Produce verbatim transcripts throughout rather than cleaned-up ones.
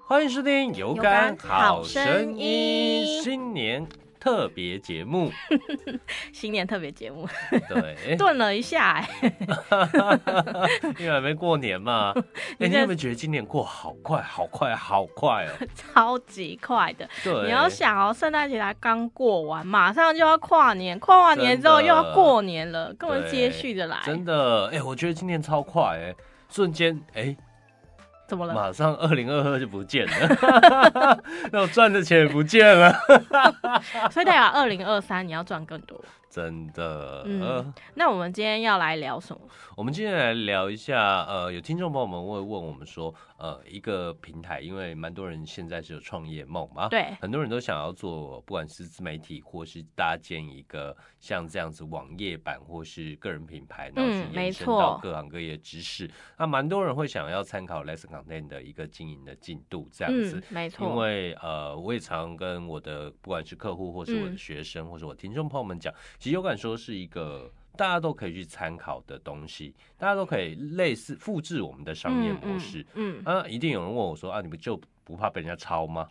欢迎收听有感好声音新年特别节目。 新年特别节目， 对， 顿了一下哎、 欸，因为还没过年嘛。哎、欸，你有没有觉得今年过好快、好快、好快哦？ 超级快的。 对， 你要想哦，圣诞节才刚过完，马上就要跨年，跨完年之后又要过年了，根本接续的来。 真的，哎、欸，我觉得今年超快哎、欸，瞬间哎。欸怎么了？ 马上二零二二就不见了，那我赚的钱也不见了， 所以代表二零二三你要赚更多。 真的。 嗯，那我们今天要来聊什么？ 我们今天来聊一下，呃，有听众朋友们会问我们说，呃，一个平台，因为蛮多人现在是有创业梦嘛， 对， 很多人都想要做，不管是自媒体或是搭建一个像这样子网页版或是个人品牌，然后去延伸到各行各业知识。嗯、那蛮多人会想要参考 Lesson Content 的一个经营的进度，这样子， 嗯、没错。 因为呃，我也常跟我的不管是客户或是我的学生、嗯、或是我听众朋友们讲，其实有感说是一个。大家都可以去参考的东西，大家都可以类似复制我们的商业模式。嗯，嗯啊，一定有人问我说啊，你们就不怕被人家抄吗？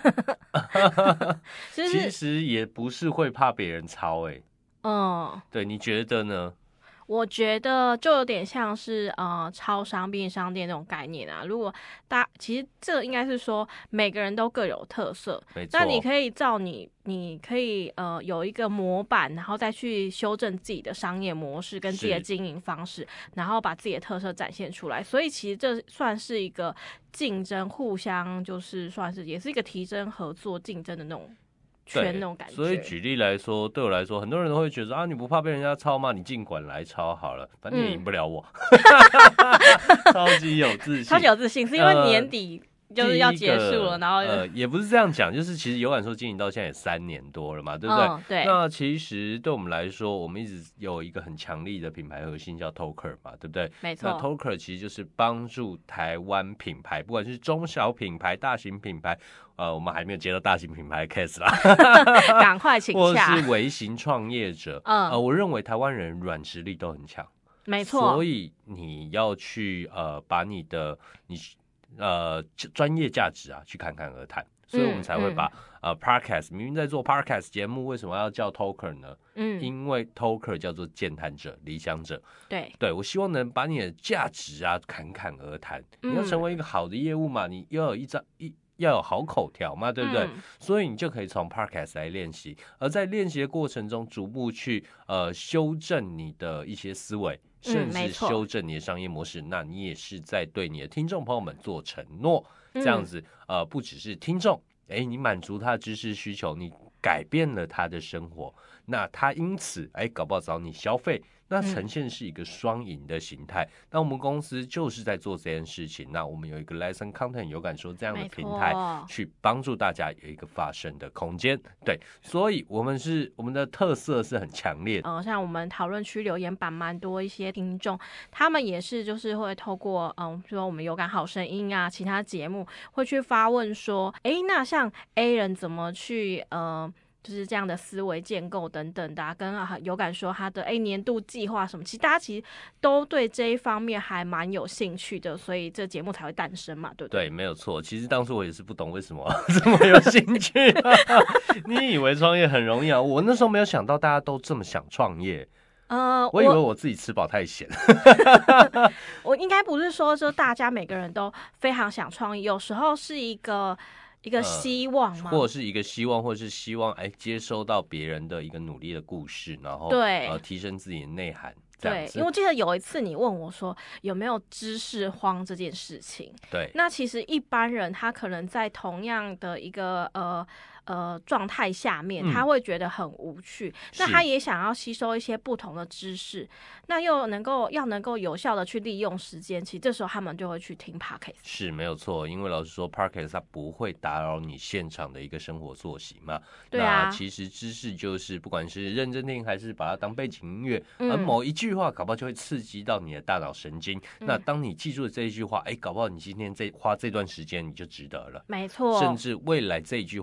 其实也不是会怕别人抄、欸，哎，嗯，对，你觉得呢？ 我觉得就有点像是呃超商、便利商店那种概念啊。如果大其实这应该是说每个人都各有特色， 没错。 那你可以照你，你可以呃有一个模板，然后再去修正自己的商业模式跟自己的经营方式，然后把自己的特色展现出来。所以其实这算是一个竞争，互相就是算是也是一个提升合作、竞争的那种。圈那种感觉， 所以举例来说，对我来说，很多人都会觉得啊，你不怕被人家抄吗？你尽管来抄好了，反正也赢不了我。嗯、超级有自信， 超级有自信，是因为年底就是要结束了， 呃、 然后呃也不是这样讲，就是其实有感说经营到现在也三年多了嘛，对不对？ 嗯、对。 那其实对我们来说，我们一直有一个很强力的品牌核心叫 Toker 嘛，对不对？ 没错。 那 Toker 其实就是帮助台湾品牌，不管是中小品牌、大型品牌。呃，我们还没有接到大型品牌的 case 啦， 赶快请假。 或是微型创业者，嗯，呃，我认为台湾人软实力都很强， 没错。 所以你要去呃把你的你呃专业价值啊去侃侃而谈，所以我们才会把、嗯嗯、呃 podcast 明明在做 podcast 节目，为什么要叫 Toker 呢？嗯，因为 Toker 叫做健谈者、理想者。 对， 对我希望能把你的价值啊侃侃而谈。嗯、你要成为一个好的业务嘛，你要有一张一。要有好口条嘛，对不对？嗯、所以你就可以从 podcast 来练习，而在练习的过程中，逐步去呃修正你的一些思维，甚至修正你的商业模式。嗯、那你也是在对你的听众朋友们做承诺，嗯、这样子呃，不只是听众，哎，你满足他的知识需求，你改变了他的生活，那他因此哎，搞不好找你消费。那呈现是一个双赢的形态、嗯、那我们公司就是在做这件事情，那我们有一个 Lesson Content 有感说这样的平台去帮助大家有一个发声的空间，对，所以我们是我们的特色是很强烈的。 呃，像我们讨论区留言板蛮多一些听众，他们也是就是会透过嗯，比如说我们有感好声音啊，其他节目会去发问说，哎，那像 A 人怎么去呃就是这样的思维建构等等的、啊，跟有感说他的哎年度计划什么，其实大家其实都对这一方面还蛮有兴趣的，所以这节目才会诞生嘛，对不对？ 对，没有错。其实当初我也是不懂为什么这么有兴趣、啊。你以为创业很容易啊？我那时候没有想到大家都这么想创业。呃，我以为我自己吃饱太闲。 我应该不是说说大家每个人都非常想创业，有时候是一个。一个希望吗、 呃？或者是一个希望，或者是希望哎接收到别人的一个努力的故事，然后对呃提升自己的内涵。对， 因为我记得有一次你问我说有没有知识荒这件事情。 对， 那其实一般人他可能在同样的一个呃呃状态下面，他会觉得很无趣、嗯。那他也想要吸收一些不同的知识，那又能够要能够有效的去利用时间，其实这时候他们就会去听 Podcast。 是没有错，因为老实说 Podcast 它不会打扰你现场的一个生活作息嘛。 对啊。 那其实知识就是不管是认真听还是把它当背景音乐，嗯、而某一句话搞不好就会刺激到你的大脑神经、嗯、那当你记住了这一句话，哎，搞不好你今天这花这段时间你就值得了， 没错， 甚至未来这一句话搞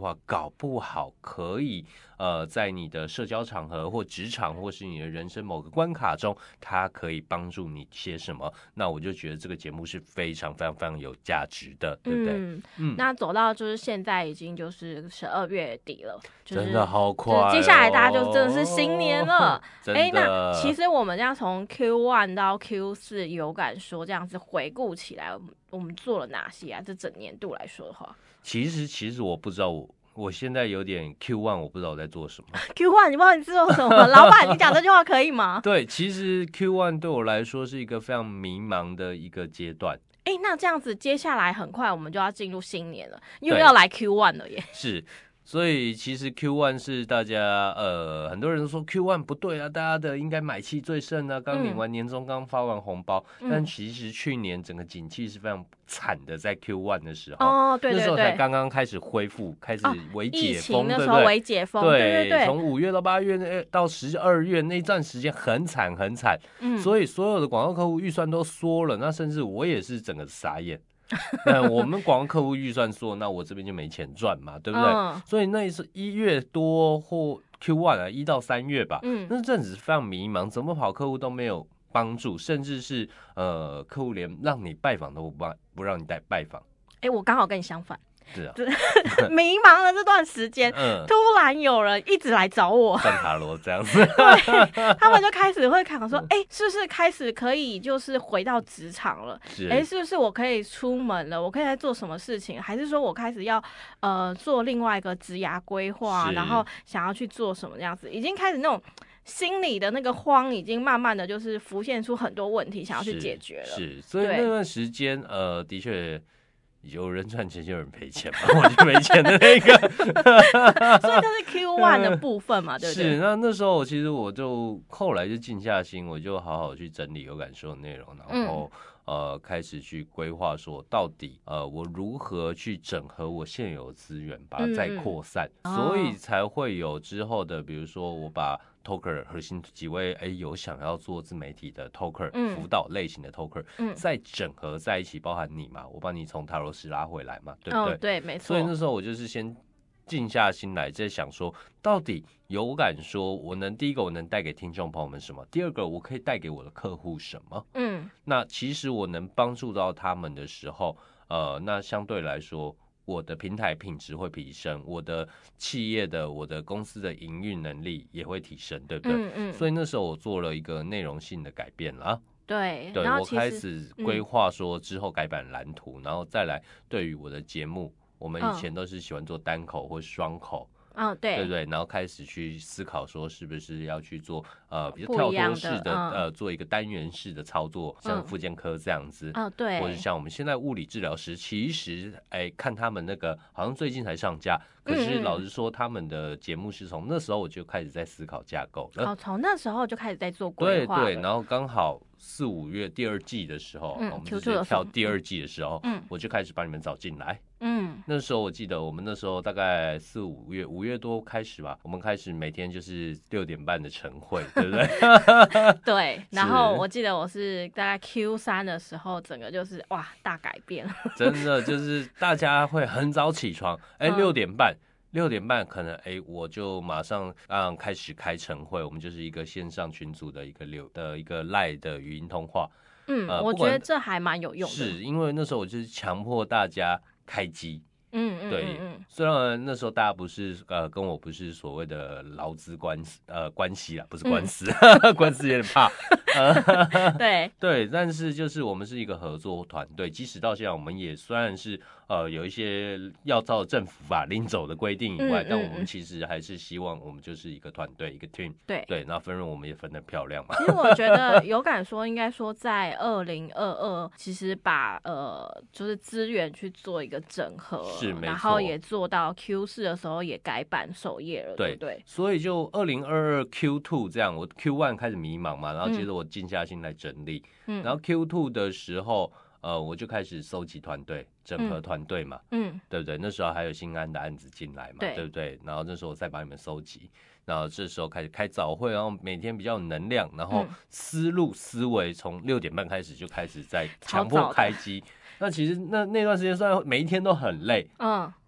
不好可以呃在你的社交场合或职场或是你的人生某个关卡中，它可以帮助你些什么？那我就觉得这个节目是非常非常非常有价值的，对不对？嗯， 嗯那走到就是现在已经就是十二月底了，就是、 真的好快、哦， 接下来大家就真的是新年了。 哎、欸， 那其实我们这样从 Q 一 到 Q 四有感说这样子回顾起来，我们做了哪些啊？这整年度来说的话， 其实其实我不知道我。我现在有点 Q 一， 我不知道我在做什么。 Q 一 你不知道你做什么？老板，你讲这句话可以吗？ 对，其实 Q 一 对我来说是一个非常迷茫的一个阶段。 哎、欸，那这样子，接下来很快我们就要进入新年了，因为要来 Q 一 了耶。 是。所以其实 Q 一 是大家呃很多人都说 Q 一 不对啊，大家的应该买气最盛啊，刚领完年终，刚发完红包，嗯、但其实去年整个景气是非常惨的，在 Q 一 的时候， 哦，对对对， 那时候才刚刚开始恢复，开始微解封， 哦、那时候微解封， 对对对对， 从五月到八月到十二月那段时间很惨很惨，嗯，所以所有的广告客户预算都缩了，那甚至我也是整个傻眼。那我们广告客户预算缩，那我这边就没钱赚嘛，对不对？嗯、所以那是一月多或 Q 一 啊，一到三月吧，嗯，那阵子非常迷茫，怎么跑客户都没有帮助，甚至是呃客户连让你拜访都不不让你带拜访。 哎、欸，我刚好跟你相反。 是啊， 迷茫的这段时间、嗯，突然有人一直来找我， 算塔罗这样子， 对，他们就开始会看说，哎、欸，是不是开始可以就是回到职场了？哎、欸，是不是我可以出门了？我可以在做什么事情？还是说我开始要呃做另外一个职涯规划，然后想要去做什么这样子？已经开始那种心里的那个慌，已经慢慢的就是浮现出很多问题，想要去解决了。 是，是所以那段时间，呃，的确。有人赚钱就有人赔钱嘛，我就没钱的那个， 所以这是 Q 一 的部分嘛，对不对？ 是，那那时候其实我就后来就静下心，我就好好去整理有感受的内容，然后、嗯、呃开始去规划说到底呃我如何去整合我现有资源，把它再扩散、嗯，所以才会有之后的，比如说我把Talker 核心几位哎有想要做自媒体的 Talker、嗯、辅导类型的 Talker、嗯、再整合在一起，包含你嘛，我帮你从塔罗师拉回来嘛，对不对？ 哦、对，没错。 所以那时候我就是先静下心来，在想说，到底有感说我能第一个我能带给听众朋友们什么，第二个我可以带给我的客户什么。嗯，那其实我能帮助到他们的时候，呃，那相对来说。我的平台品质会提升，我的企业的、我的公司的营运能力也会提升，对不对？嗯嗯。所以那时候我做了一个内容性的改变啦。 对， 对，我开始规划说之后改版蓝图、嗯，然后再来对于我的节目，我们以前都是喜欢做单口或双口。 哦，对， 对对，然后开始去思考说，是不是要去做呃比较跳脱式的, 的、嗯、呃，做一个单元式的操作，像复健科这样子， 哦、嗯，对， 或者像我们现在物理治疗师，其实哎，看他们那个好像最近才上架，可是老实说，他们的节目是从那时候我就开始在思考架构了， 哦，从那时候就开始在做规划了， 对对，然后刚好四五月第二季的时候，嗯、我们直接跳第二季的时候，嗯，我就开始把你们找进来。嗯，那时候我记得我们那时候大概四五月五月多开始吧，我们开始每天就是六点半的晨会，对不对？ 对，然后我记得我是大概 Q 三的时候，整个就是哇大改变， 真的就是大家会很早起床，哎，六点半。六点半可能哎，我就马上让开始开晨会，我们就是一个线上群组的一个流的一个 LINE 的语音通话。 嗯，呃、我觉得这还蛮有用的， 是因为那时候我就是强迫大家开机。嗯嗯，对，嗯嗯虽然那时候大家不是呃跟我不是所谓的劳资关系呃关系啦，不是官司，嗯、官司有点怕。呃、 对对，但是就是我们是一个合作团队，即使到现在我们也虽然是呃有一些要照政府法令走的规定以外，嗯嗯嗯但我们其实还是希望我们就是一个团队一个 team。对对，那分润我们也分得漂亮嘛。 其实我觉得有感说，应该说在二零二二，其实把呃就是资源去做一个整合。 是没错， 然后也做到 Q 四的时候也改版首页了， 对, 对不对？ 所以就二零二二 Q 二这样，我 Q 一 开始迷茫嘛，然后接着我静下心来整理，嗯、然后 Q 二的时候，呃，我就开始收集团队，整合团队嘛，嗯，对不对？那时候还有新安的案子进来嘛， 对, 对不对？然后那时候我再把你们收集。然后这时候开始开早会，然后每天比较有能量，然后思路思维从六点半开始就开始在强迫开机。那其实那那段时间虽然每一天都很累，嗯，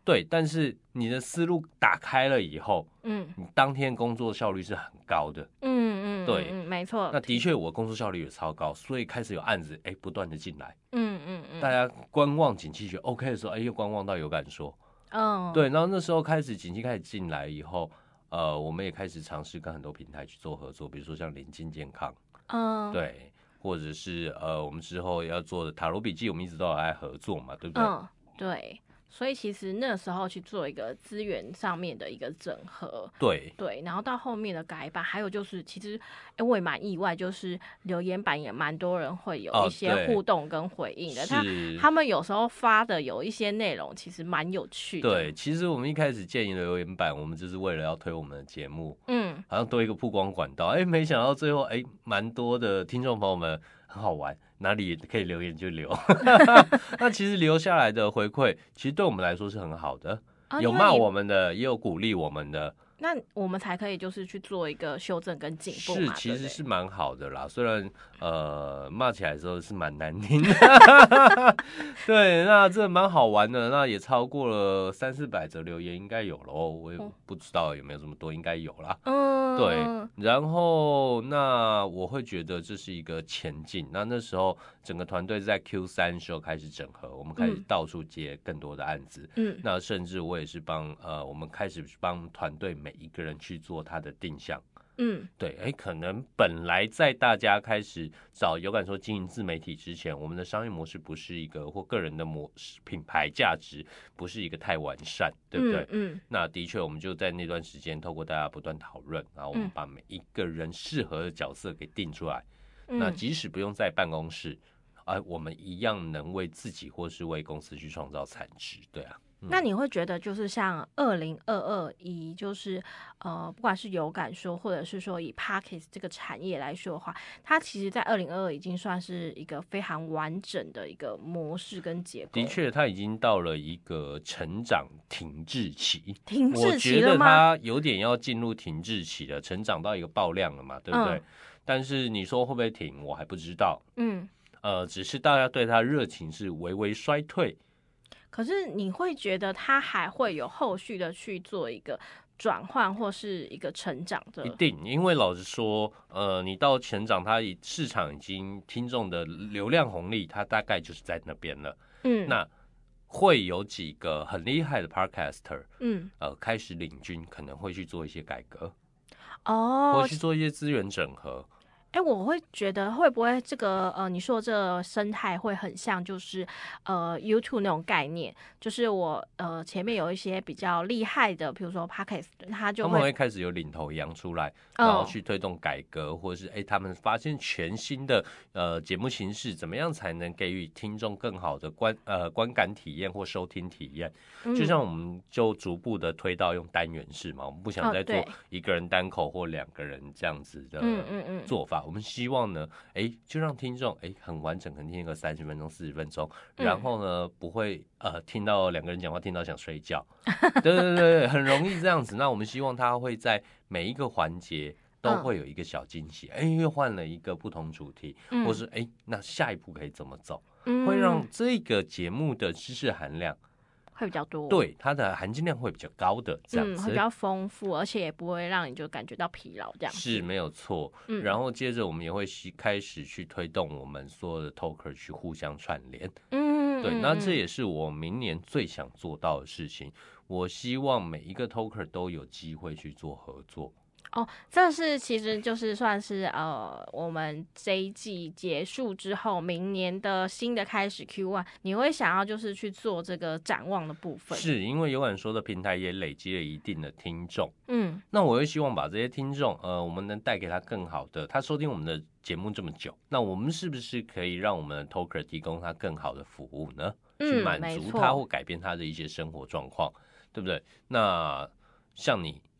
对，但是你的思路打开了以后， 嗯， 你当天工作效率是很高的。 嗯嗯， 对， 嗯，没错。 那的确我工作效率也超高，所以开始有案子哎不断的进来。 嗯嗯嗯， 大家观望景气觉得 OK 的时候，哎又观望到有感说。 嗯， 对，然后那时候开始景气开始进来以后，呃，我们也开始尝试跟很多平台去做合作，比如说像临近健康， 嗯， 对，或者是呃我们之后要做的塔罗笔记，我们一直都有在合作嘛，对不对？ 嗯，对。所以其实那时候去做一个资源上面的一个整合， 对对，然后到后面的改版，还有就是其实哎我也蛮意外，就是留言板也蛮多人会有一些互动跟回应的， 哦、 他他们有时候发的有一些内容其实蛮有趣的。 对，其实我们一开始建议留言板，我们就是为了要推我们的节目， 嗯， 好像多一个曝光管道，哎，没想到最后哎蛮多的听众朋友们很好玩。哪里可以留言就留，那其实留下来的回馈，其实对我们来说是很好的，啊、有骂我们的，也有鼓励我们的， 那我们才可以就是去做一个修正跟进步嘛， 是，其实是蛮好的啦。虽然呃骂起来的时候是蛮难听的，对，那这蛮好玩的，那也超过了三四百则留言，应该有咯，我也不知道有没有这么多，应该有啦。嗯，对。然后那我会觉得这是一个前进。那那时候整个团队在 Q 三 时候开始整合，我们开始到处接更多的案子。嗯，那甚至我也是帮呃，我们开始帮团队每一个人去做他的定向。嗯，对，哎，可能本来在大家开始找有感说经营自媒体之前，我们的商业模式不是一个或个人的模式品牌价值不是一个太完善，对不对？嗯，嗯那的确我们就在那段时间透过大家不断讨论，然后我们把每一个人适合的角色给定出来。嗯、那即使不用在办公室，啊、呃，我们一样能为自己或是为公司去创造产值，对啊。 那你会觉得就是像二零二二以就是呃不管是有感说或者是说以 Podcast 这个产业来说的话，它其实在二零二二已经算是一个非常完整的一个模式跟结构。 的确，它已经到了一个成长停滞期。 停滞期了吗？ 我觉得它有点要进入停滞期了，成长到一个爆量了嘛，对不对？嗯、但是你说会不会停，我还不知道。嗯，呃，只是大家对它热情是微微衰退。 可是你会觉得它还会有后续的去做一个转换或是一个成长的？ 一定，因为老实说，呃，你到成长，它市场已经听众的流量红利，它大概就是在那边了。嗯，那会有几个很厉害的 podcaster， 嗯，呃，开始领军，可能会去做一些改革，哦，或去做一些资源整合。 哎，我会觉得会不会这个呃，你说这个生态会很像，就是呃 YouTube 那种概念，就是我呃前面有一些比较厉害的，比如说 Podcast， 他就会他们会开始有领头羊出来，然后去推动改革，哦、或者是哎他们发现全新的呃节目形式，怎么样才能给予听众更好的观呃观感体验或收听体验？嗯、就像我们就逐步的推到用单元式嘛，我们不想再做一个人单口或两个人这样子的做法。我们希望呢，哎，就让听众哎很完整，可能听个三十分钟、四十分钟，然后呢，不会呃听到两个人讲话，听到想睡觉，对对对，很容易这样子。那我们希望他会在每一个环节都会有一个小惊喜，哎、嗯，又换了一个不同主题，嗯、或是哎，那下一步可以怎么走，嗯、会让这个节目的知识含量会比较多， 对，它的含金量会比较高的，这样子、 嗯、会比较丰富，而且也不会让你就感觉到疲劳，这样子是没有错。嗯、然后接着我们也会开始去推动我们所有的 talker 去互相串联，嗯，对，那这也是我明年最想做到的事情。我希望每一个 talker 都有机会去做合作。 哦，这是其实就是算是呃，我们这一季结束之后，明年的新的开始 Q 一，你会想要就是去做这个展望的部分。 是因为有感说的平台也累积了一定的听众，嗯，那我会希望把这些听众，呃，我们能带给他更好的，他收听我们的节目这么久，那我们是不是可以让我们的 talker 提供他更好的服务呢？嗯、去满足他或改变他的一些生活状况，对不对？那像你。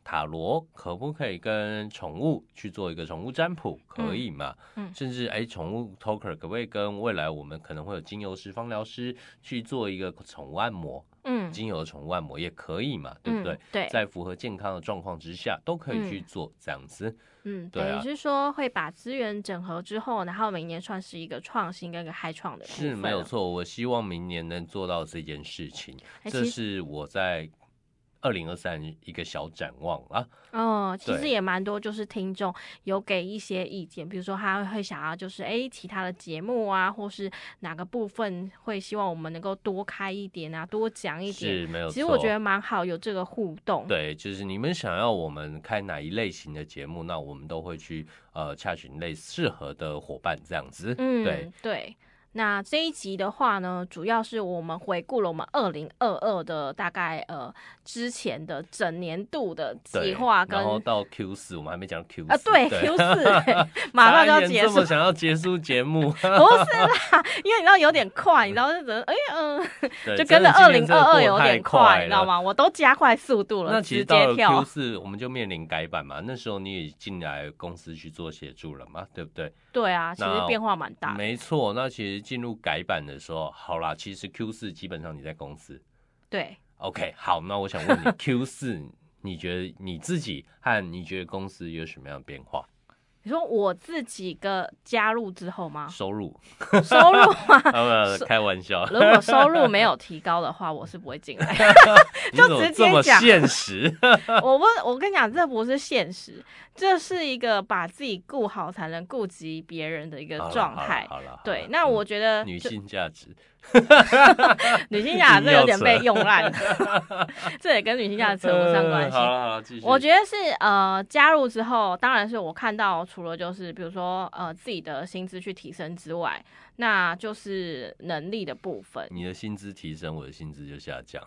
塔罗可不可以跟宠物去做一个宠物占卜？可以嘛？ 嗯嗯、 甚至哎，宠物 talker 可不可以跟未来我们可能会有精油师、芳疗师去做一个宠物按摩？嗯，精油的宠物按摩也可以嘛，对不对？嗯、 对， 在符合健康的状况之下，都可以去做这样子。 嗯，对、啊，等于是说会把资源整合之后，然后明年算是一个创新跟一个开创的部分。 是没有错，我希望明年能做到这件事情，这是我在二零二三一个小展望啊。 哦，其实也蛮多，就是听众有给一些意见，比如说他会想要就是哎其他的节目啊，或是哪个部分会希望我们能够多开一点啊，多讲一点。 是没有错， 其实我觉得蛮好，有这个互动。 对，就是你们想要我们开哪一类型的节目，那我们都会去呃洽询类适合的伙伴这样子。 嗯， 对对。那这一集的话呢，主要是我们回顾了我们二零二二的大概呃之前的整年度的计划，跟然后到 Q 四，我们还没讲 Q 四啊，对 Q 四马上就要结束， 这么想要结束节目？ 不是啦，因为你知道有点快，你知道就觉得哎嗯，就跟着二零二二有点快，你知道吗？我都加快速度了， 那其实到了 Q 四我们就面临改版嘛，那时候你也进来公司去做协助了嘛，对不对？ 对啊，其实变化蛮大的。 没错，那其实进入改版的时候，好啦，其实 Q 四基本上你在公司。 对。 OK， 好，那我想问你 Q 四你觉得你自己和你觉得公司有什么样的变化？ 你说我自己个加入之后吗？ 收入， 收入吗？ 啊、开玩笑。 如果收入没有提高的话，我是不会进来。就直接讲现实。 我不，我跟你讲，这不是现实，这是一个把自己顾好才能顾及别人的一个状态。 好了， 对，那我觉得、 嗯、女性价值。 女性价值有点被用烂了，这也跟女性价值扯不上关系。 好了好了，继续。 我觉得是呃加入之后，当然是我看到除了就是比如说呃自己的薪资去提升之外，那就是能力的部分。 你的薪资提升，我的薪资就下降。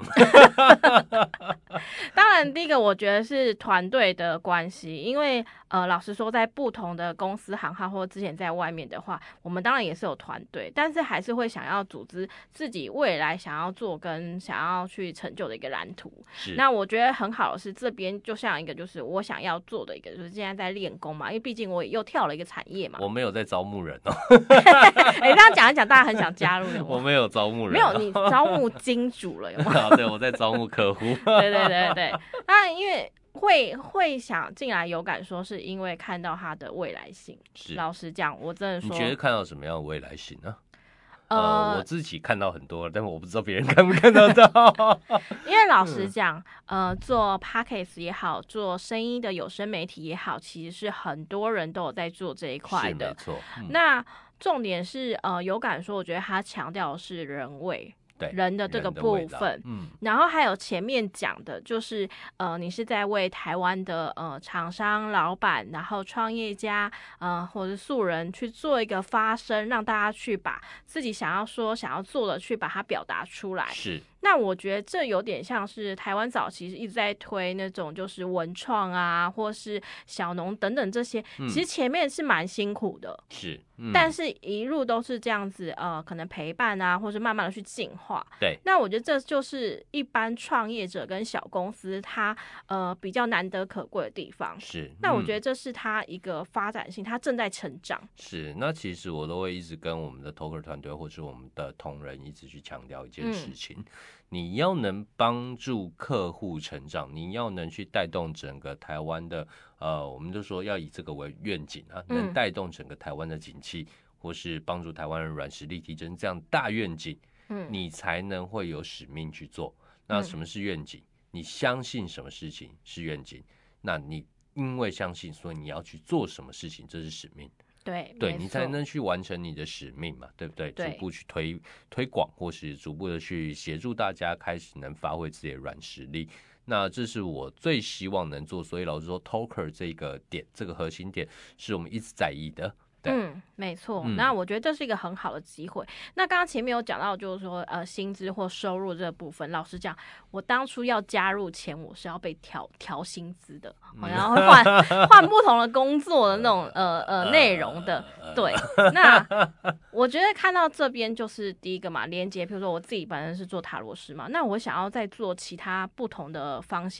当然，第一个我觉得是团队的关系，因为呃老实说，在不同的公司行号或之前在外面的话，我们当然也是有团队，但是还是会想要组织自己未来想要做跟想要去成就的一个蓝图。那我觉得很好的是，这边就像一个就是我想要做的一个，就是现在在练功嘛，因为毕竟我也又跳了一个产业嘛。 我没有在招募人哦。 哎、欸，这样讲一讲，大家很想加入有没有？ 我没有招募人、 哦，没有，你招募金主了有没有？ 啊，对，我在招募客户。 对对对对，那因为会会想进来有感说，是因为看到它的未来性。老实讲，我真的说， 你觉得看到什么样的未来性呢？呃，我自己看到很多，但我不知道别人看不看得到。 因为老实讲，呃，做 podcast 也好，做声音的有声媒体也好，其实是很多人都有在做这一块的。 是没错。嗯、 那重点是，呃，有感说，我觉得他强调的是人味。 对人的这个部分，嗯，然后还有前面讲的，就是呃，你是在为台湾的呃厂商、老板，然后创业家，呃，或者素人去做一个发声，让大家去把自己想要说、想要做的去把它表达出来。 是。 那我觉得这有点像是台湾早期一直在推那种就是文创啊，或是小农等等这些，嗯、其实前面是蛮辛苦的， 是，嗯、 但是一路都是这样子，呃，可能陪伴啊，或是慢慢的去进化。 对， 那我觉得这就是一般创业者跟小公司他呃比较难得可贵的地方。 是， 那我觉得这是他一个发展性，他正在成长。 是，那其实我都会一直跟我们的 Talker 团队或是我们的同仁一直去强调一件事情。嗯，你要能帮助客户成长，你要能去带动整个台湾的，呃，我们就说要以这个为愿景啊，能带动整个台湾的景气，或是帮助台湾人软实力提升这样大愿景，嗯，你才能会有使命去做。那什么是愿景？你相信什么事情是愿景？那你因为相信，所以你要去做什么事情，这是使命。 对， 对，你才能去完成你的使命嘛，对不对？对，逐步去推推广，或是逐步的去协助大家开始能发挥自己的软实力。那这是我最希望能做，所以老实说 ，Talker 这个点，这个核心点，是我们一直在意的。 嗯，没错。那我觉得这是一个很好的机会。嗯、那刚刚前面有讲到，就是说，呃，薪资或收入这个部分，老实讲，我当初要加入前，我是要被调调薪资的，嗯、然后会换换不同的工作的那种呃呃内容的。对，那我觉得看到这边就是第一个嘛，连接，比如说我自己本身是做塔罗师嘛，那我想要再做其他不同的方向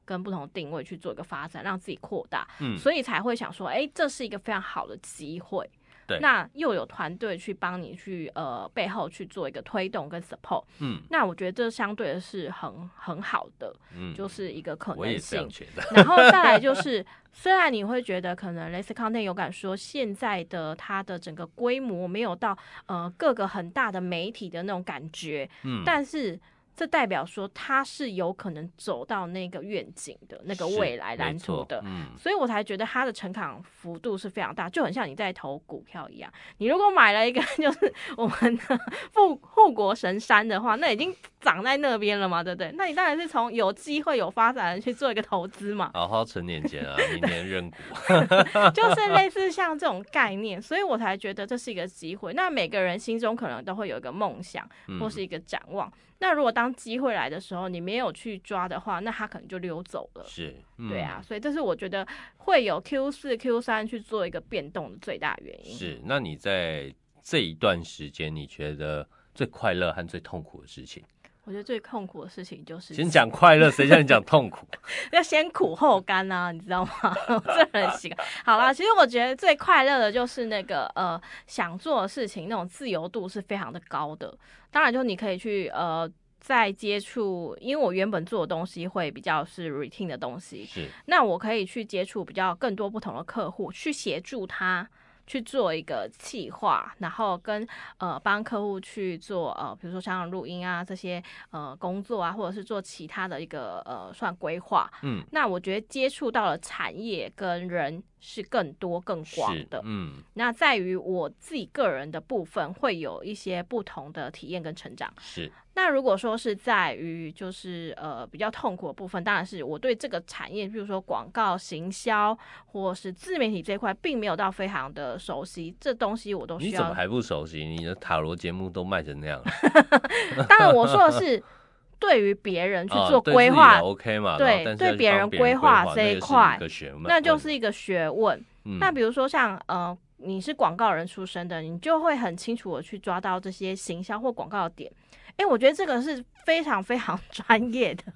跟不同的定位去做一个发展，让自己扩大， 嗯， 所以才会想说，哎，这是一个非常好的机会。 对， 那又有团队去帮你去呃背后去做一个推动跟 support， 嗯， 那我觉得这相对的是很很好的， 嗯， 就是一个可我也能性。 这样觉得。 然后再来就是，虽然你会觉得可能类似 content 有感说现在的它的整个规模没有到呃各个很大的媒体的那种感觉， 嗯， 但是这代表说它是有可能走到那个愿景的那个未来蓝图的， 嗯， 所以我才觉得它的成长幅度是非常大，就很像你在投股票一样。你如果买了一个就是我们的护护国神山的话，那已经长在那边了嘛，对不对？那你当然是从有机会有发展的去做一个投资嘛， 好好存点钱啊，明年认股， 就是类似像这种概念，所以我才觉得这是一个机会。那每个人心中可能都会有一个梦想或是一个展望。嗯，那如果当机会来的时候，你没有去抓的话，那他可能就溜走了。 是，嗯、 对啊，所以这是我觉得会有 Q 四、Q 三去做一个变动的最大原因。 是，那你在这一段时间，你觉得最快乐和最痛苦的事情？ 我觉得最痛苦的事情就是先讲快乐，谁叫你讲痛苦？ 要先苦后甘啊，你知道吗？我这人行。好啦，其实我觉得最快乐的就是那个呃想做的事情，那种自由度是非常的高的。当然，就你可以去呃再接触，因为我原本做的东西会比较是 routine 的东西， 是， 那我可以去接触比较更多不同的客户，去协助他。去做一个企划，然后跟呃帮客户去做呃，比如说像录音啊这些呃工作啊，或者是做其他的一个呃算规划。嗯，那我觉得接触到了产业跟人是更多更广的。嗯，那在于我自己个人的部分会有一些不同的体验跟成长。 是。 那如果说是在于就是呃比较痛苦的部分，当然是我对这个产业，比如说广告行销或是自媒体这一块，并没有到非常的熟悉，这东西我都需要。 你怎么还不熟悉？你的塔罗节目都卖成那样了。 当然我说的是对于别人去做规划、 哦、OK 嘛？ 对，对别人规划这一块， 那就是一个学问。嗯、那比如说像呃你是广告人出身的，你就会很清楚的去抓到这些行销或广告的点。哎、欸，我觉得这个是非常非常专业的，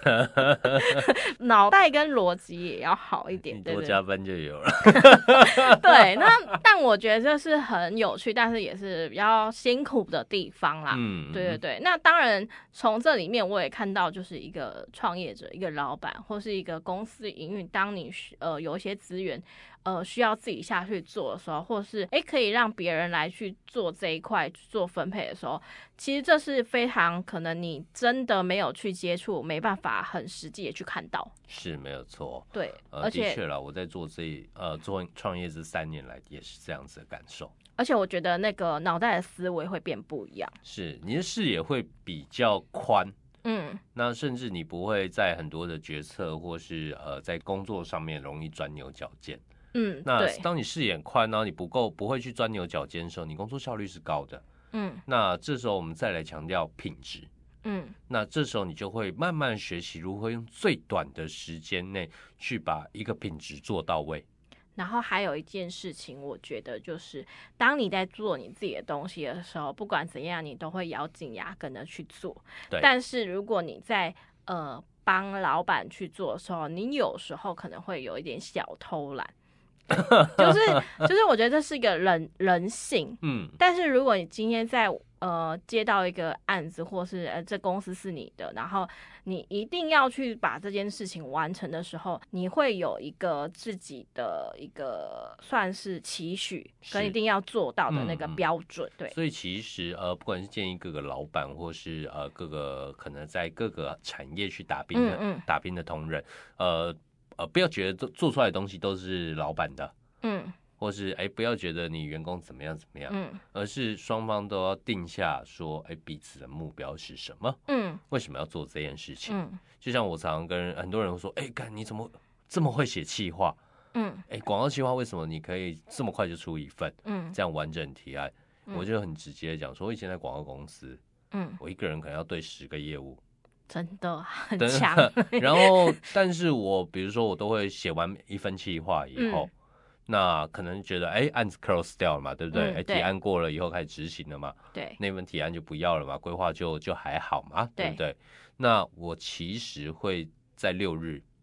脑袋跟逻辑也要好一点， 你多加班就有了。 对，那但我觉得这是很有趣，但是也是比较辛苦的地方啦。嗯，对对对。那当然，从这里面我也看到，就是一个创业者、一个老板或是一个公司营运，当你呃有一些资源。呃，需要自己下去做的时候，或是哎可以让别人来去做这一块做分配的时候，其实这是非常可能你真的没有去接触，没办法很实际的去看到。 是没有错， 对， 呃、 而且的确啦，我在做这呃做创业这三年来也是这样子的感受。 而且我觉得那个脑袋的思维会变不一样， 是你的视野会比较宽。 嗯， 那甚至你不会在很多的决策或是呃在工作上面容易钻牛角尖。 嗯， 那当你视野宽，然后你不够不会去钻牛角尖的时候，你工作效率是高的。嗯，那这时候我们再来强调品质。嗯，那这时候你就会慢慢学习如何用最短的时间内去把一个品质做到位。 然后还有一件事情，我觉得就是当你在做你自己的东西的时候，不管怎样，你都会咬紧牙根的去做。 对。 但是如果你在呃帮老板去做的时候，你有时候可能会有一点小偷懒。就是就是我觉得这是一个人人性，嗯，但是如果你今天在呃接到一个案子，或是呃这公司是你的，然后你一定要去把这件事情完成的时候，你会有一个自己的一个算是期许跟一定要做到的那个标准，嗯、对。 所以其实呃不管是建议各个老板，或是呃各个可能在各个产业去打拼的嗯嗯打拼的同仁，呃。呃，不要觉得做做出来的东西都是老板的，嗯，或是哎，不要觉得你员工怎么样怎么样，嗯，而是双方都要定下说，哎，彼此的目标是什么，嗯，为什么要做这件事情？嗯，就像我常常跟很多人说，哎，干你怎么这么会写企划？嗯，哎，广告企划为什么你可以这么快就出一份？嗯，这样完整提案，嗯、我就很直接的讲说，我以前在广告公司，嗯，我一个人可能要对十个业务。 真的很强， 然后，但是我比如说我都会写完一份企划以后，嗯、那可能觉得哎案子 close 掉了嘛，对不对？哎、嗯，提案过了以后开始执行了嘛， 对， 那份提案就不要了嘛，规划就就还好嘛，对不对？那我其实会在六日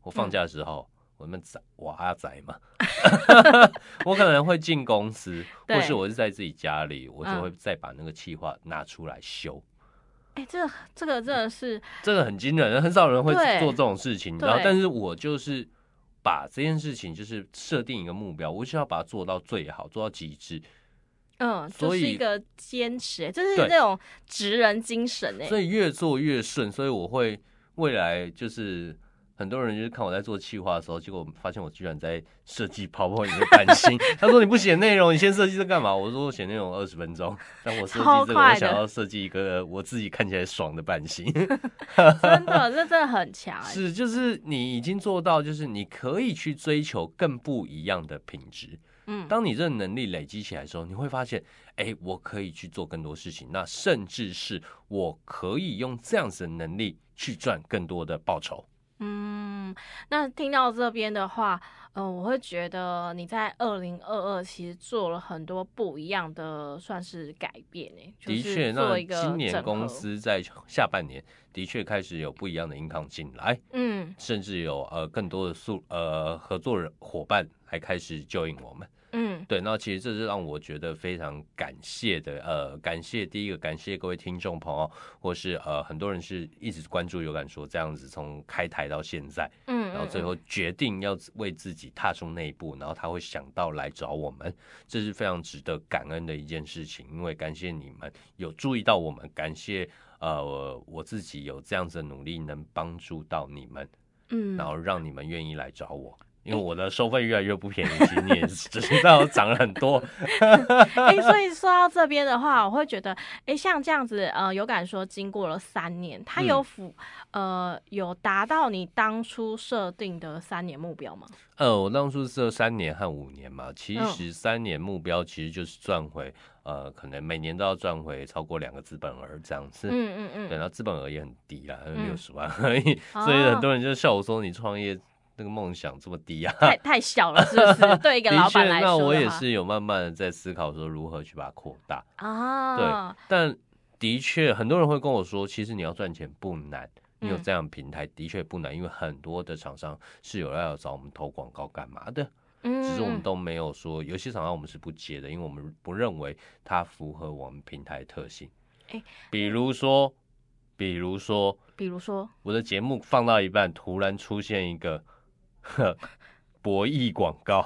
我放假的时候，嗯、我们宅娃宅嘛，我可能会进公司，或是我是在自己家里，我就会再把那个企划拿出来修。 哎、欸，这个这个真的是， 这个很惊人，很少人会做这种事情，你知道？但是我就是把这件事情就是设定一个目标，我需要把它做到最好，做到极致。 嗯，所以就是一个坚持，这是那种职人精神哎。 所以越做越顺，所以我会未来就是很多人就是看我在做企划的时候，结果发现我居然在设计PowerPoint里面版型。他说你不写内容，你先设计这干嘛？我说我写内容二十分钟，但我设计这个，我想要设计一个我自己看起来爽的版型。 真的，这真的很强。 是，就是你已经做到，就是你可以去追求更不一样的品质。嗯，当你这个能力累积起来的时候，你会发现，哎、欸，我可以去做更多事情，那甚至是我可以用这样子的能力去赚更多的报酬。 嗯，那听到这边的话，呃，我会觉得你在二零二二其实做了很多不一样的，算是改变诶。 的确，那今年公司在下半年的确开始有不一样的 income 进来，嗯，甚至有呃更多的素呃合作人伙伴来开始 join 我们。嗯，对，那其实这是让我觉得非常感谢的，呃，感谢第一个感谢各位听众朋友，或是呃很多人是一直关注有感说这样子从开台到现在，嗯，然后最后决定要为自己踏出那一步，然后他会想到来找我们，这是非常值得感恩的一件事情，因为感谢你们有注意到我们，感谢呃我自己有这样子的努力能帮助到你们，嗯，然后让你们愿意来找我。因为我的收费越来越不便宜，其实你也知道涨了很多。 哎、欸，所以说到这边的话，我会觉得，哎、欸，像这样子，呃，有感说经过了三年，它有符、嗯，呃，有达到你当初设定的三年目标吗？ 呃，我当初设三年和五年嘛，其实三年目标其实就是赚回，呃，可能每年都要赚回超过两个资本额这样子。嗯嗯嗯。对，然后资本额也很低啦，六十万而已、嗯，所以很多人就笑我说你创业。那个梦想这么低啊， 太太小了，是不是？对一个老板来说， 那我也是有慢慢的在思考说如何去把它扩大啊。对，但的确很多人会跟我说，其实你要赚钱不难，你有这样的平台的确不难，因为很多的厂商是有要找我们投广告干嘛的，嗯，只是我们都没有说，有些厂商我们是不接的，因为我们不认为它符合我们平台的特性。欸、比如说，比如说， 比如说， 我的节目放到一半，突然出现一个。博弈广告，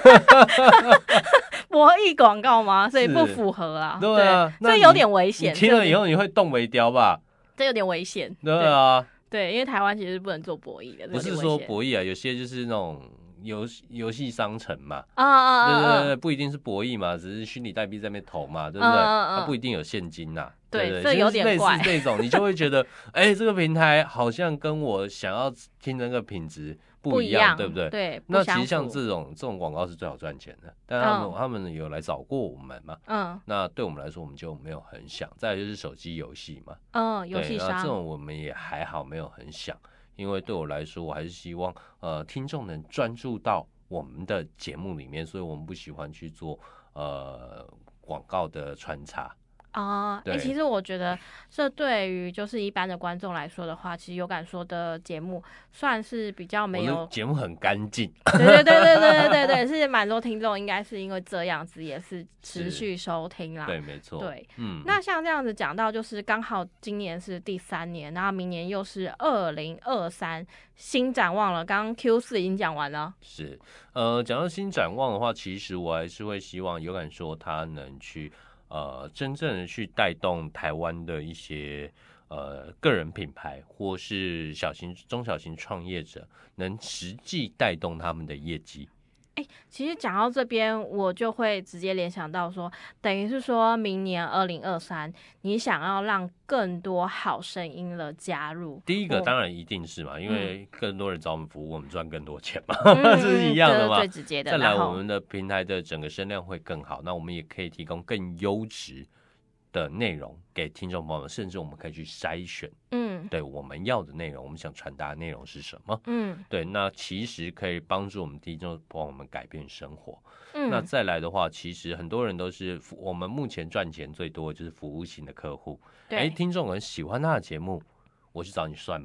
博弈广告吗？所以不符合啊。 对啊， 这有点危险。 听了以后你会动尾雕吧？ 这有点危险。 对啊， 对，因为台湾其实不能做博弈的。 不是说博弈啊，有些就是那种游游戏商城嘛。 啊啊啊！对对对，不一定是博弈嘛，只是虚拟代币在那边投嘛，对不对？它不一定有现金呐。 对， 对， 这有点怪。 类似这种，你就会觉得，哎，这个平台好像跟我想要听的那个品质不一样，对不对？ 对。 那其实像这种这种广告是最好赚钱的，但他们、嗯、他们有来找过我们嘛？嗯。那对我们来说，我们就没有很想。再来就是手机游戏嘛。 嗯，游戏商。 那这种我们也还好，没有很想，因为对我来说，我还是希望呃听众能专注到我们的节目里面，所以我们不喜欢去做呃广告的穿插。 啊，哎、欸，其实我觉得这对于就是一般的观众来说的话，其实有感说的节目算是比较没有， 节目很干净。 对对对对对对对，是蛮多听众应该是因为这样子也是持续收听啦。 对，没错。 对，嗯，那像这样子讲到，就是刚好今年是第三年，然后明年又是二零二三，新展望了。刚刚 Q 四已经讲完了。 是，呃，讲到新展望的话，其实我还是会希望有感说他能去。呃，真正的去带动台湾的一些呃个人品牌，或是小型、中小型创业者，能实际带动他们的业绩。 欸，其实讲到这边，我就会直接联想到说，等于是说明年二零二三，你想要让更多好声音了加入。 第一个当然一定是嘛，因为更多人找我们服务，我们赚更多钱嘛，嗯、这是一样的嘛。 这是最直接的。 再来，我们的平台的整个声量会更好，那我们也可以提供更优质的内容给听众朋友们，甚至我们可以去筛选，嗯，对我们要的内容，我们想传达的内容是什么，嗯，对，那其实可以帮助我们听众朋友们改变生活。嗯，那再来的话，其实很多人都是我们目前赚钱最多的就是服务型的客户，哎，听众很喜欢他的节目，我去找你算牌，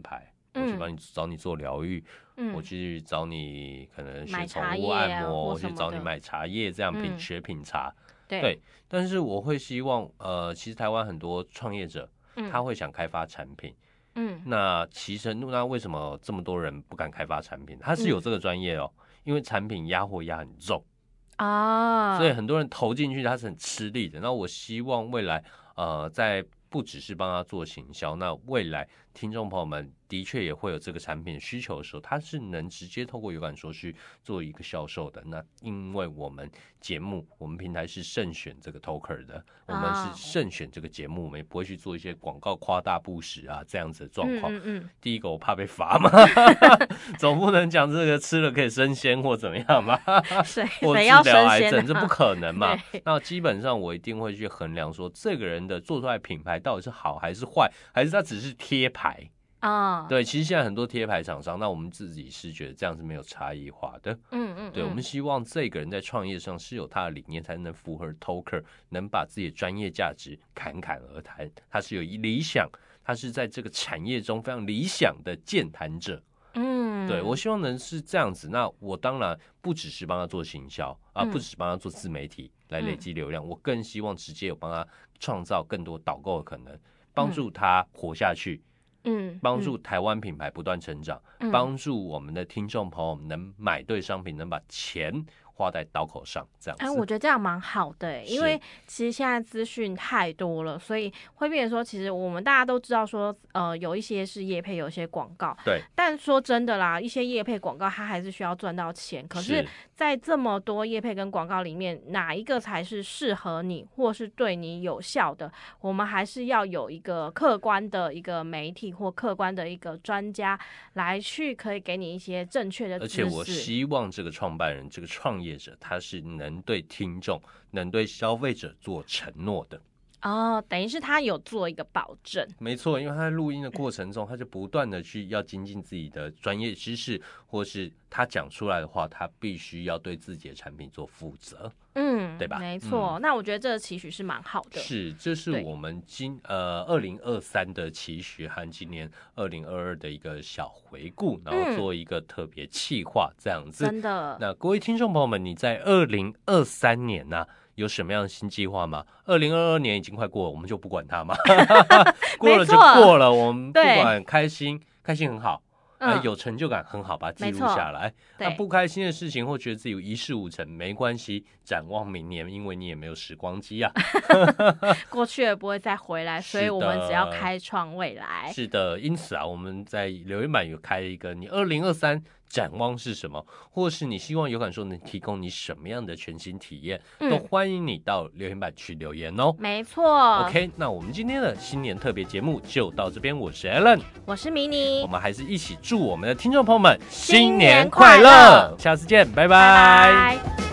我去帮你找你做疗愈， 嗯， 我去找你可能学宠物按摩，我去找你买茶叶，这样品、嗯、学品茶。 对, 对，但是我会希望，呃，其实台湾很多创业者，嗯、他会想开发产品。嗯，那其实那为什么这么多人不敢开发产品？他是有这个专业哦，嗯、因为产品压货压很重啊，所以很多人投进去他是很吃力的。那我希望未来，呃，在不只是帮他做行销，那未来听众朋友们的确也会有这个产品需求的时候，他是能直接透过有感说去做一个销售的。那因为我们节目，我们平台是慎选这个 talker 的，我们是慎选这个节目，我们也不会去做一些广告夸大不实啊这样子的状况。嗯嗯嗯，第一个我怕被罚嘛，总不能讲这个吃了可以升仙或怎么样嘛，或治疗癌症，这不可能嘛。那基本上我一定会去衡量说，这个人的做出来的品牌到底是好还是坏，还是他只是贴牌啊？对，其实现在很多贴牌厂商，那我们自己是觉得这样是没有差异化的。嗯嗯，对，我们希望这个人在创业上是有他的理念，才能符合 talker， 能把自己的专业价值侃侃而谈。他是有理想，他是在这个产业中非常理想的健谈者。嗯，对，我希望能是这样子。那我当然不只是帮他做行销啊，不只是帮他做自媒体来累积流量，我更希望直接有帮他创造更多导购的可能，帮助他活下去。嗯，帮助台湾品牌不断成长，嗯、帮助我们的听众朋友能买对商品，能把钱花在刀口上，这样子。 哎、啊，我觉得这样蛮好的，因为其实现在资讯太多了，所以会变成说，其实我们大家都知道说，呃，有一些是业配，有一些广告。 对。 但说真的啦，一些业配广告它还是需要赚到钱，可是，在这么多业配跟广告里面，哪一个才是适合你，或是对你有效的？我们还是要有一个客观的一个媒体或客观的一个专家来去可以给你一些正确的知识。 而且我希望这个创办人，这个创业者，他是能对听众、能对消费者做承诺的。 哦，等于是他有做一个保证。 没错，因为他在录音的过程中，他就不断的去要精进自己的专业知识，或是他讲出来的话，他必须要对自己的产品做负责。嗯，对吧？ 没错、嗯。那我觉得这个期许是蛮好的。 是，这是我们今呃二零二三的期许和今年二零二二的一个小回顾，然后做一个特别企划这样子。 真的。 那各位听众朋友们，你在二零二三年呢、啊？有什么样的新计划吗？二零二二年已经快过了，我们就不管它嘛，过了就过了，我们不管开心，开心很好。呃、有成就感很好，把它记录下来。那不开心的事情或觉得自己有一事无成，没关系，展望明年，因为你也没有时光机啊， 过去也不会再回来，所以我们只要开创未来。 是的，因此啊，我们在留言板有开一个，你二零二三展望是什么，或是你希望有感说能提供你什么样的全新体验、嗯、都欢迎你到留言板去留言哦。 没错 OK， 那我们今天的新年特别节目就到这边，我是 Alan， 我是迷你， 我们还是一起祝我们的听众朋友们新年快乐，下次见，拜拜。 拜拜。